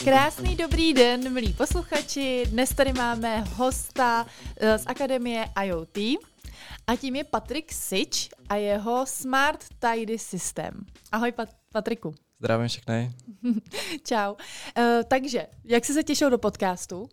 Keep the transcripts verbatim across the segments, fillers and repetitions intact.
Krásný dobrý den, milí posluchači. Dnes tady máme hosta z Akademie I O T a tím je Patrik Sič a jeho Smart Tidy System. Ahoj Pat- Patriku. Zdravím všechny. Čau. Uh, takže, jak jsi se těšil do podcastu?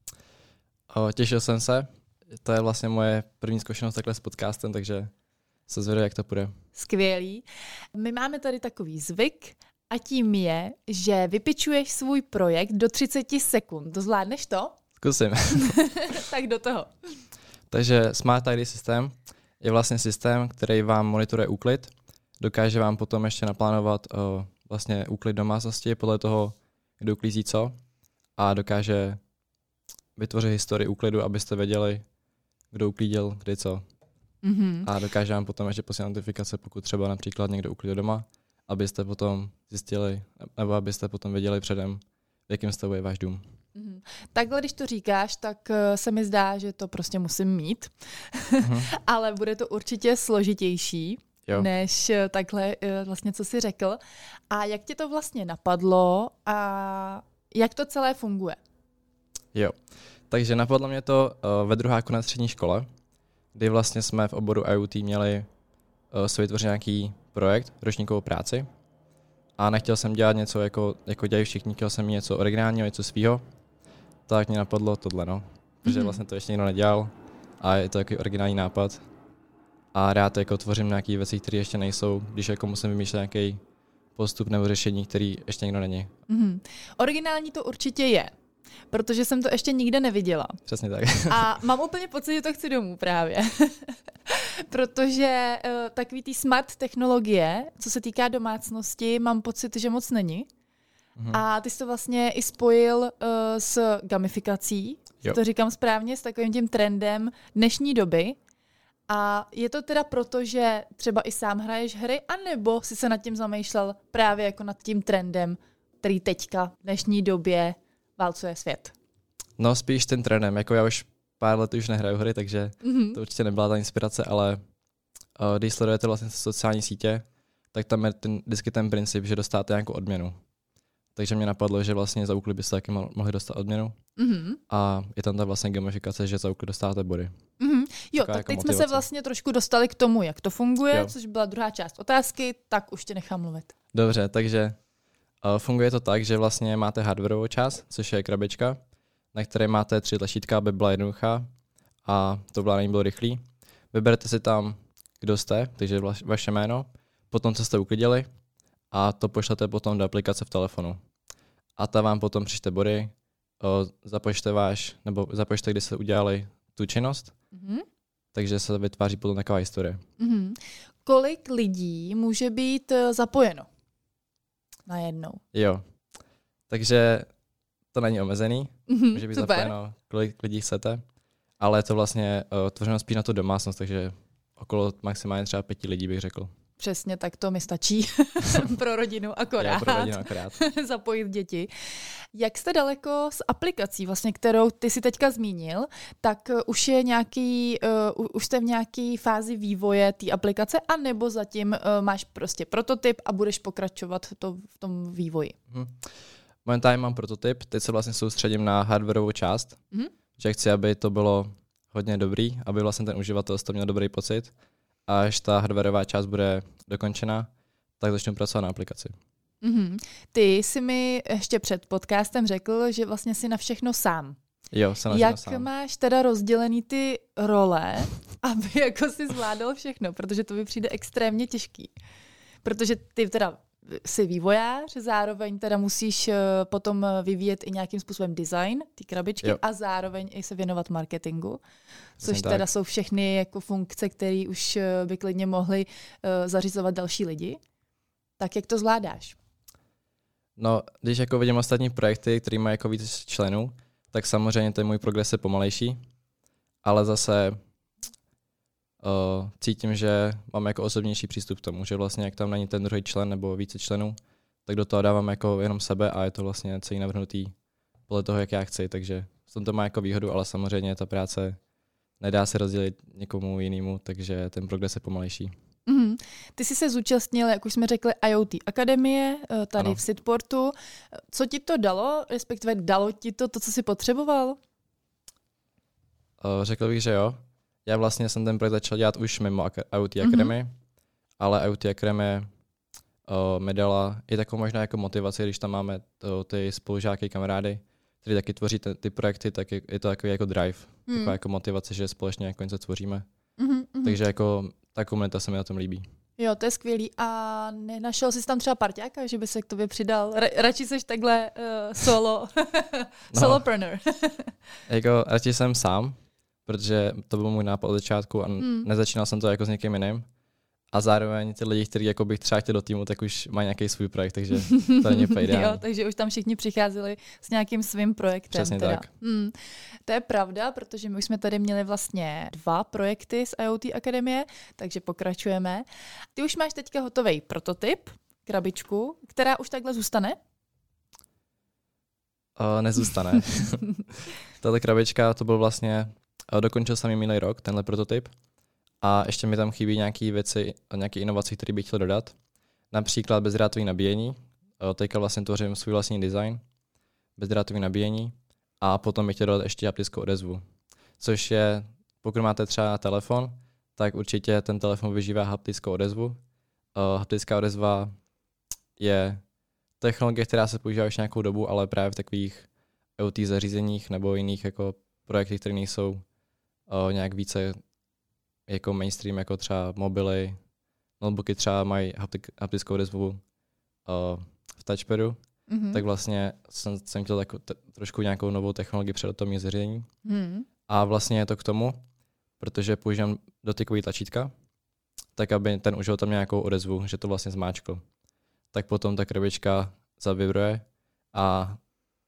O, těšil jsem se. To je vlastně moje první zkušenost takhle s podcastem, takže se zvědavím, jak to půjde. Skvělý. My máme tady takový zvyk a tím je, že vypičuješ svůj projekt do třicet sekund. To zvládneš to? Zkusím. Tak do toho. Takže Smart Tidy System je vlastně systém, který vám monitoruje úklid. Dokáže vám potom ještě naplánovat o, vlastně úklid domácnosti podle toho, kdo uklízí co. A dokáže vytvořit historii úklidu, abyste věděli, kdo uklídil, kdy co. Mm-hmm. A dokáže vám potom ještě posílat notifikace, pokud třeba například někdo uklidil doma, abyste potom zjistili, nebo abyste potom věděli předem, v jakém stavu je váš dům. Mm-hmm. Takhle, když to říkáš, tak se mi zdá, že to prostě musím mít, mm-hmm. ale bude to určitě složitější, jo. než takhle vlastně, co jsi řekl. A jak tě to vlastně napadlo a jak to celé funguje? Jo, takže napadlo mě to uh, ve druháku na střední škole, kdy vlastně jsme v oboru I O T měli uh, se vytvořit nějaký projekt, ročníkovou práci a nechtěl jsem dělat něco, jako, jako dělají všichni, chtěl jsem mít něco originálního, něco svýho, tak mě napadlo tohle, no. Protože mm-hmm. vlastně to ještě nikdo nedělal a je to takový originální nápad a rád jako tvořím nějaké věci, které ještě nejsou, když jako musím vymýšlet nějaký postup nebo řešení, který ještě nikdo není. Mm-hmm. Originální to určitě je. Protože jsem to ještě nikde neviděla. Přesně tak. A mám úplně pocit, že to chci domů právě. Protože uh, takový ty smart technologie, co se týká domácnosti, mám pocit, že moc není. Mhm. A ty jsi to vlastně i spojil uh, s gamifikací, jo. To říkám správně, s takovým tím trendem dnešní doby. A je to teda proto, že třeba i sám hraješ hry, anebo jsi se nad tím zamýšlel právě jako nad tím trendem, který teďka v dnešní době válcuje svět? No spíš ten trendem, jako já už pár let už nehraju hry, takže mm-hmm. to určitě nebyla ta inspirace, ale uh, když sledujete vlastně sociální sítě, tak tam je ten, vždycky ten princip, že dostáte nějakou odměnu. Takže mě napadlo, že vlastně za úklid byste taky mohli dostat odměnu. Mm-hmm. A je tam ta vlastně gamifikace, že za úklid dostáváte body. Mm-hmm. Jo, Taková tak jako teď motivace. jsme se vlastně trošku dostali k tomu, jak to funguje, jo. což byla druhá část otázky, tak už tě nechám mluvit. Dobře, takže uh, funguje to tak, že vlastně máte hardwareovou část, což je krabička, na které máte tři tlačítka, aby byla jednoduchá a to vládání bylo rychlý. Vyberete si tam, kdo jste, takže vla, vaše jméno, potom, co jste uklidili a to pošlete potom do aplikace v telefonu. A ta vám potom přičte body, o, započte váš, nebo započte, kdy jste udělali tu činnost, mm-hmm. takže se vytváří potom taková historie. Mm-hmm. Kolik lidí může být zapojeno najednou? Jo, takže to není omezený, mm-hmm, může být super. zapojeno, kolik lidí chcete, ale je to vlastně uh, tvořeno spíš na tu domácnost, takže okolo maximálně třeba pěti lidí bych řekl. Přesně, tak to mi stačí pro rodinu akorát. Jo, pro rodinu akorát. Zapojit děti. Jak jste daleko s aplikací, vlastně, kterou ty si teďka zmínil, tak už je nějaký, uh, už jste v nějaké fázi vývoje té aplikace, anebo zatím uh, máš prostě prototyp a budeš pokračovat to, v tom vývoji? Hmm. Momentálně mám prototyp, teď se vlastně soustředím na hardwareovou část, mm-hmm. že chci, aby to bylo hodně dobrý, aby vlastně ten uživatel z toho měl dobrý pocit. A až ta hardwareová část bude dokončena, tak začnu pracovat na aplikaci. Mm-hmm. Ty jsi mi ještě před podcastem řekl, že vlastně jsi na všechno sám. Jo, jsem na Jak všechno sám. máš teda rozdělený ty role, aby jako si zvládal všechno, protože to mi přijde extrémně těžký. Protože ty teda jsi vývojář, zároveň teda musíš potom vyvíjet i nějakým způsobem design, ty krabičky, jo. a zároveň i se věnovat marketingu, což Jsem teda tak. jsou všechny jako funkce, které už by klidně mohly uh, zařizovat další lidi. Tak jak to zvládáš? No, když jako vidím ostatní projekty, které mají jako víc členů, tak samozřejmě ten můj progres je pomalejší, ale zase uh, cítím, že mám jako osobnější přístup k tomu, že vlastně jak tam není ten druhý člen nebo více členů, tak do toho dávám jako jenom sebe a je to vlastně celý navrhnutý podle toho, jak já chci, takže v tom to má jako výhodu, ale samozřejmě ta práce nedá se rozdělit někomu jinému, takže ten progres je pomalejší. Mm-hmm. Ty jsi se zúčastnil, jak už jsme řekli, I O T Akademie tady ano. v Sydportu. Co ti to dalo, respektive dalo ti to to, co jsi potřeboval? Uh, řekl bych, že jo. Já vlastně jsem ten projekt začal dělat už mimo I O T Akademii, mm-hmm. ale I O T Akademie uh, mi dala i takovou možná jako motivaci, když tam máme to, ty spolužáky, kamarády, kteří taky tvoří ty, ty projekty, tak je, je to takový jako drive, mm. taková jako motivace, že společně jako něco tvoříme. Mm-hmm. Takže jako ta komunita se mi na tom líbí. Jo, to je skvělý. A nenašel jsi tam třeba parťáka, že by se k tobě přidal? Ra- radši jsi takhle uh, solo, no. solopreneur. Jako radši jsem sám, protože to byl můj nápad od začátku a mm. nezačínal jsem to jako s někým jiným. A zároveň ty lidi, kteří jako bych třeba chtěl do týmu, tak už mají nějaký svůj projekt, takže to není úplně ideální. Jo, takže už tam všichni přicházeli s nějakým svým projektem. Přesně teda. tak. Hmm. To je pravda, protože my už jsme tady měli vlastně dva projekty z I O T Akademie, takže pokračujeme. Ty už máš teďka hotový prototyp, krabičku, která už takhle zůstane? Uh, nezůstane. Tato krabička, to byl vlastně, uh, dokončil jsem ji minulý rok, tenhle prototyp. A ještě mi tam chybí nějaké věci, nějaké inovace, které bych chtěl dodat. Například bezdrátové nabíjení. Teďka vlastně tvořím svůj vlastní design. Bezdrátové nabíjení. A potom bych chtěl dodat ještě haptickou odezvu. Což je, pokud máte třeba telefon, tak určitě ten telefon využívá haptickou odezvu. Haptická odezva je technologie, která se používá už nějakou dobu, ale právě v takových I O T zařízeních nebo jiných jako projektech, které nejsou nějak více jako mainstream, jako třeba mobily, notebooky třeba mají haptik, haptickou odezvu uh, v touchpadu, mm-hmm. tak vlastně jsem, jsem chtěl tak, t- trošku nějakou novou technologii před to mít zařízení. Mm. A vlastně je to k tomu, protože používám dotykový tlačítka, tak aby ten uživatel tam měl nějakou odezvu, že to vlastně zmáčkl. Tak potom ta krabička zavibruje a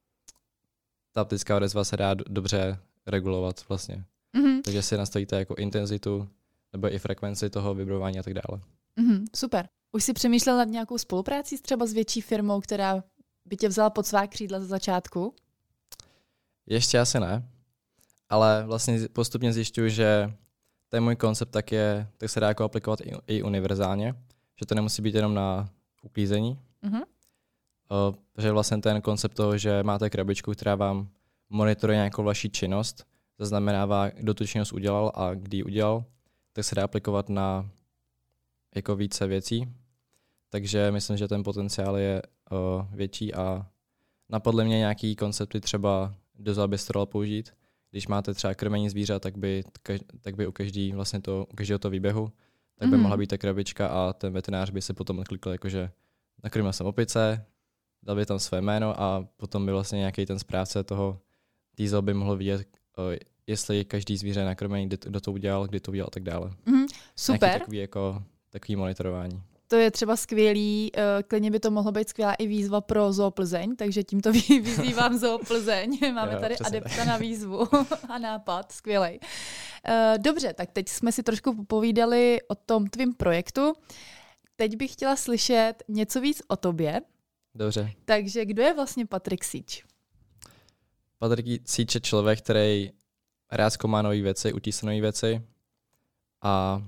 ta haptická odezva se dá d- dobře regulovat vlastně. Mm-hmm. Takže si nastavíte jako intenzitu nebo i frekvenci toho vibrování a tak dále. Mm-hmm, super. Už jsi přemýšlel nad nějakou spoluprácí třeba s větší firmou, která by tě vzala pod svá křídla ze začátku? Ještě asi ne, ale vlastně postupně zjišťuju, že ten můj koncept tak, je, tak se dá jako aplikovat i, i univerzálně, že to nemusí být jenom na uklízení. Mm-hmm. Uh, že vlastně ten koncept toho, že máte krabičku, která vám monitoruje nějakou vaši činnost, zaznamenává, kdo tu činnost udělal a kdy ji udělal, tak se dá aplikovat na jako více věcí. Takže myslím, že ten potenciál je uh, větší a napadly mě nějaký koncepty třeba doza bistro použít. Když máte třeba krmení zvířat, tak by, tak by u, každý, vlastně to, u každého toho výběhu tak by mm. mohla být ta krabička a ten veterinář by se potom klikl, jakože nakrmil jsem opice, dal by tam své jméno a potom by vlastně nějaký ten správce toho týzel by mohl vidět, jestli každý zvíře nakrmený, kdo to udělal, kdy to udělal a tak dále. Mm, super. Nějaký takový, jako, takový monitorování. To je třeba skvělý, klidně by to mohlo být skvělá i výzva pro Zoo Plzeň, takže tímto vyzývám Zoo Plzeň. Máme jo, tady adepta tak. Na výzvu a nápad, skvělej. Dobře, tak teď jsme si trošku povídali o tom tvým projektu. Teď bych chtěla slyšet něco víc o tobě. Dobře. Takže kdo je vlastně Patrik Síč? Patrik Síč je člověk, který rád zkoumá nové věci, učí se nové věci a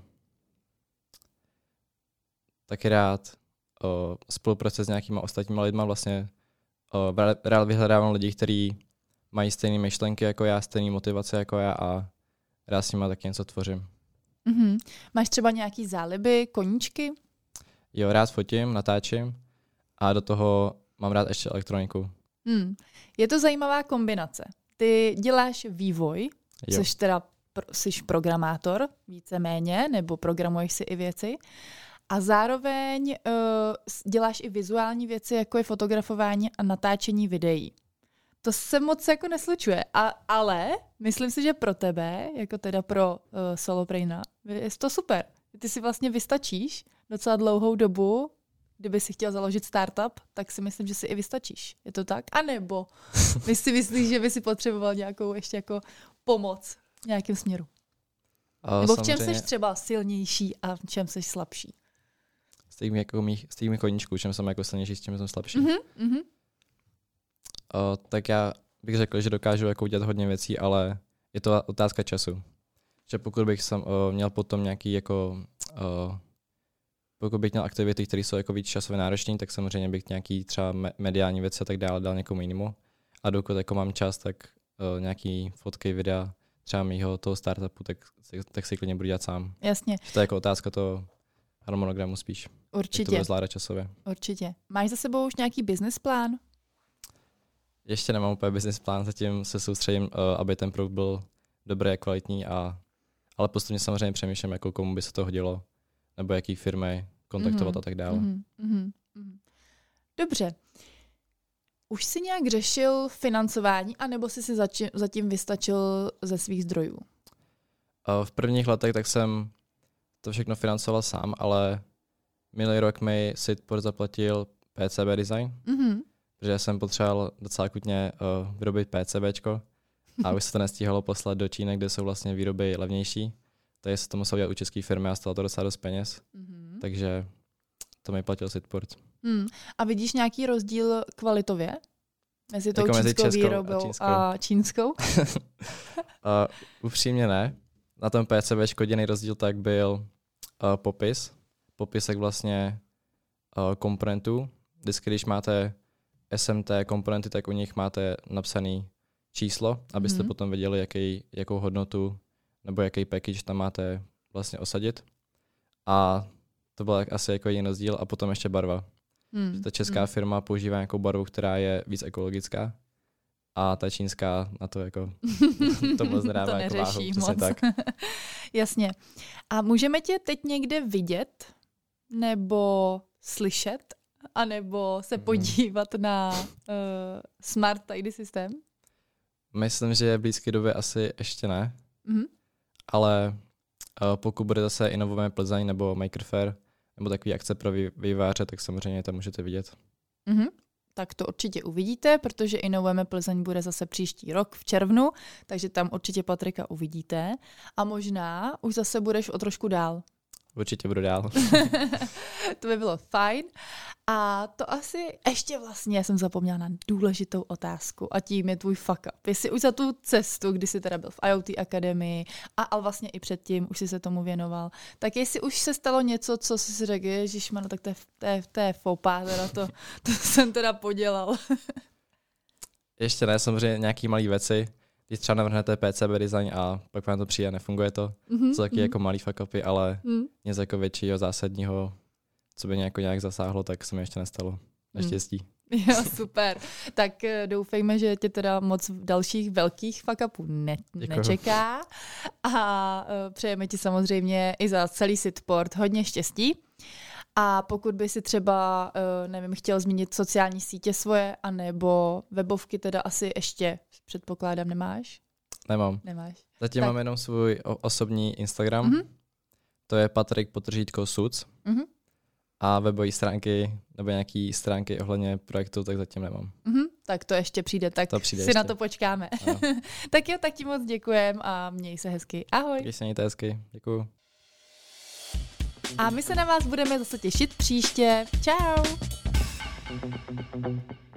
taky rád uh, spolupracuje s nějakýma ostatníma lidma. Vlastně uh, rád vyhledávám lidi, kteří mají stejné myšlenky jako já, stejné motivace jako já a rád s nima taky něco tvořím. Mm-hmm. Máš třeba nějaký záliby, koníčky? Jo, rád fotím, natáčím a do toho mám rád ještě elektroniku. Hmm. Je to zajímavá kombinace. Ty děláš vývoj, jo. Jsi teda jsi programátor víceméně, nebo programuješ si i věci. A zároveň uh, děláš i vizuální věci, jako je fotografování a natáčení videí. To se moc jako neslučuje, a, ale myslím si, že pro tebe, jako teda pro uh, soloprejna, je to super. Ty si vlastně vystačíš docela dlouhou dobu, kdyby si chtěl založit startup, tak si myslím, že si i vystačíš. Je to tak? A nebo vy si myslíš, že by si potřeboval nějakou ještě jako pomoc v nějakém směru? A nebo v čem jsi třeba silnější a v čem jsi slabší? S tím jako mých, s tím koníčků, čem jsem jako silnější, s čem jsem slabší. Mm-hmm, mm-hmm. O, tak já bych řekl, že dokážu jako udělat hodně věcí, ale je to otázka času. Že pokud bych jsem o, měl potom nějaký jako o, pokud bych měl aktivity, které jsou jako víc časově náročné, tak samozřejmě bych nějaký třeba mediální věci a tak dále dal někomu jinému. A dokud jako mám čas, tak uh, nějaký fotky, videa třeba mýho toho startupu, tak, tak si klidně budu dělat sám. Jasně. To je jako otázka toho harmonogramu spíš. Určitě. Jak to bude zvládat časově. Určitě. Máš za sebou už nějaký business plán? Ještě nemám úplně business plán, zatím se soustředím, uh, aby ten produkt byl dobrý a kvalitní, a, ale postupně samozřejmě přemýšlím, jako komu by se to hodilo, nebo jaký firmy kontaktovat mm-hmm. a tak dále. Mm-hmm. Dobře. Už jsi nějak řešil financování, anebo jsi si zači- zatím vystačil ze svých zdrojů? Uh, v prvních letech tak jsem to všechno financoval sám, ale minulý rok mi Sitport zaplatil P C B design, mm-hmm. protože jsem potřeboval docela akutně uh, vyrobit PCBčko a už se to nestíhalo poslat do Číny, kde jsou vlastně výroby levnější. Takže se to musel dělat u české firmy a stalo to docela dost peněz. Mm-hmm. Takže to mi platil Sitport. Hmm. A vidíš nějaký rozdíl kvalitově mezi tou jako čínskou mezi výrobou a čínskou? A čínskou? uh, upřímně ne. Na tom PCBčku jediný rozdíl tak byl uh, popis. Popisek vlastně uh, komponentů. Vždycky, když máte S M T komponenty, tak u nich máte napsaný číslo, abyste hmm. potom věděli, jaký, jakou hodnotu nebo jaký package tam máte vlastně osadit. A to byl asi jako jediný rozdíl. A potom ještě barva. Hmm. Ta česká hmm. firma používá nějakou barvu, která je víc ekologická, a ta čínská na to jako to moc nedává to jako váhu. Moc. Tak. Jasně. A můžeme tě teď někde vidět nebo slyšet, anebo se podívat hmm. na uh, Smart I D systém? Myslím, že v blízké době asi ještě ne, hmm. ale uh, pokud bude zase Inovujeme Plzeň nebo Maker Faire nebo takový akce pro vývojáře, tak samozřejmě tam můžete vidět. Mm-hmm. Tak to určitě uvidíte, protože Inovujeme Plzeň bude zase příští rok v červnu, takže tam určitě Patrika uvidíte. A možná už zase budeš o trošku dál. Určitě budu dál. To by bylo fajn. A to asi ještě vlastně jsem zapomněla na důležitou otázku, a tím je tvůj fuck up. Jestli už za tu cestu, kdy jsi teda byl v I O T Akademii a, a vlastně i předtím už jsi se tomu věnoval, tak jestli už se stalo něco, co jsi si řekl, ježišmano, tak to je, to je, to je fopá, teda to, to jsem teda podělal. Ještě ne, samozřejmě nějaký malý věci. Když třeba navrhnete P C B design a pak vám to přijde a nefunguje to, mm-hmm. jsou taky mm-hmm. jako malý fuck upy, ale mm. něco jako většího, zásadního, co by nějak, nějak zasáhlo, tak se mi ještě nestalo. Naštěstí. Mm. Jo, super. Tak doufejme, že tě teda moc dalších velkých fuck upů ne- nečeká. A uh, přejeme ti samozřejmě i za celý Sitport hodně štěstí. A pokud by si třeba, uh, nevím, chtěl zmínit sociální sítě svoje, anebo webovky, teda asi ještě, předpokládám, nemáš? Nemám. Nemáš. Zatím tak. Mám jenom svůj osobní Instagram. Mm-hmm. To je Patrik potržítko Suc. Mm-hmm. A webové stránky nebo nějaký stránky ohledně projektu, tak zatím nemám. Mm-hmm. Tak to ještě přijde, tak to přijde si ještě. Na to počkáme. Tak jo, tak ti moc děkujem a měj se hezky. Ahoj. Měj se mějte hezky. Děkuju. A my se na vás budeme zase těšit příště. Čau.